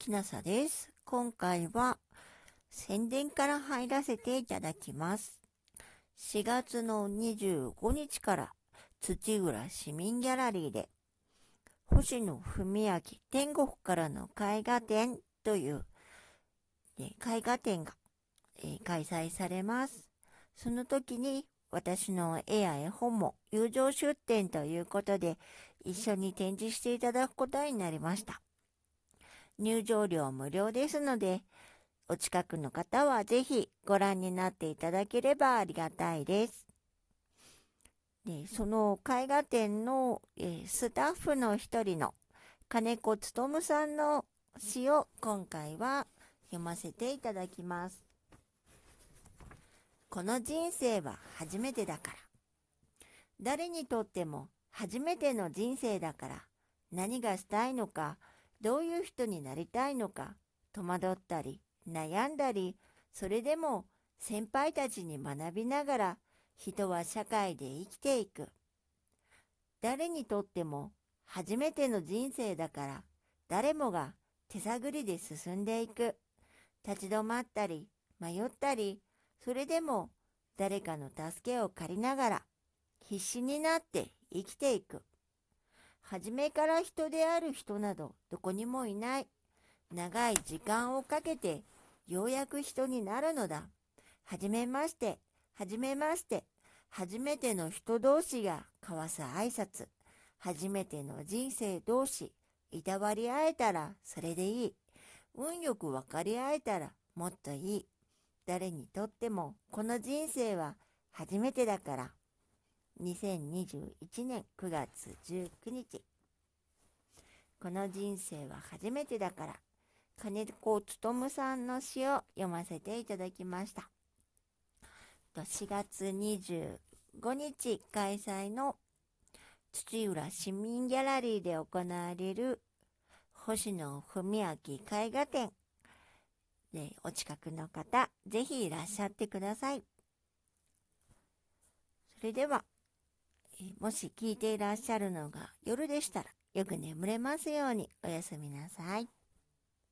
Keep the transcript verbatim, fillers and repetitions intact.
きなさです。今回は宣伝から入らせていただきます。しがつのにじゅうごにちから土浦市民ギャラリーで星野文明天国からの絵画展という、えー、絵画展が、えー、開催されます。その時に私の絵や絵本も友情出展ということで一緒に展示していただくことになりました。入場料無料ですので、お近くの方はぜひご覧になっていただければありがたいです。でその絵画展の、えー、スタッフの一人の金子勉さんの詩を今回は読ませていただきます。この人生は初めてだから。誰にとっても初めての人生だから、何がしたいのか、どういう人になりたいのか、戸惑ったり悩んだり、それでも先輩たちに学びながら人は社会で生きていく。誰にとっても初めての人生だから、誰もが手探りで進んでいく。立ち止まったり迷ったり、それでも誰かの助けを借りながら必死になって生きていく。初めから人である人などどこにもいない。長い時間をかけてようやく人になるのだ。はじめまして、はじめまして。初めての人同士が交わす挨拶。初めての人生同士、いたわり合えたらそれでいい。運よく分かり合えたらもっといい。誰にとってもこの人生は初めてだから。にせんにじゅういちねんくがつじゅうくにち。この人生は初めてだから。金子勉さんの詩を読ませていただきました。しがつにじゅうごにち開催の土浦市民ギャラリーで行われる星野文明絵画展で、お近くの方ぜひいらっしゃってください。それでは、もし聞いていらっしゃるのが夜でしたらよく眠れますようにおやすみなさい。